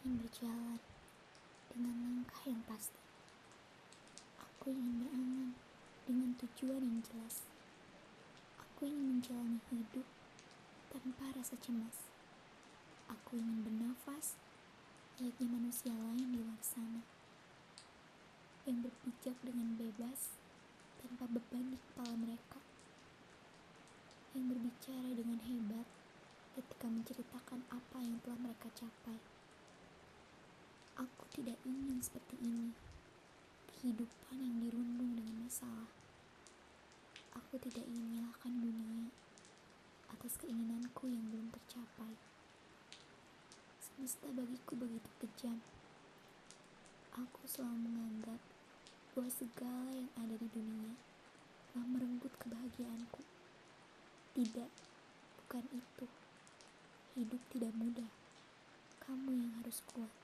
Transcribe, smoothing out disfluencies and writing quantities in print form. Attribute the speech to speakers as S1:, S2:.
S1: ingin berjalan dengan langkah yang pasti. Aku ingin berangan dengan tujuan yang jelas. Aku ingin menjalani hidup tanpa rasa cemas. Aku ingin bernafas layaknya manusia lain di luar sana, yang berpijak dengan bebas tanpa beban di kepala mereka, yang berbicara dengan hebat ketika menceritakan apa yang telah mereka capai. Aku tidak ingin seperti ini, kehidupan yang dirundung dengan masalah. Aku tidak ingin menyalahkan dunia atas keinginanku yang belum tercapai. Semesta bagiku begitu kejam. Aku selalu menganggap bahwa segala yang ada di dunia telah merenggut kebahagiaanku. Tidak, bukan itu. Hidup tidak mudah. Kamu yang harus kuat.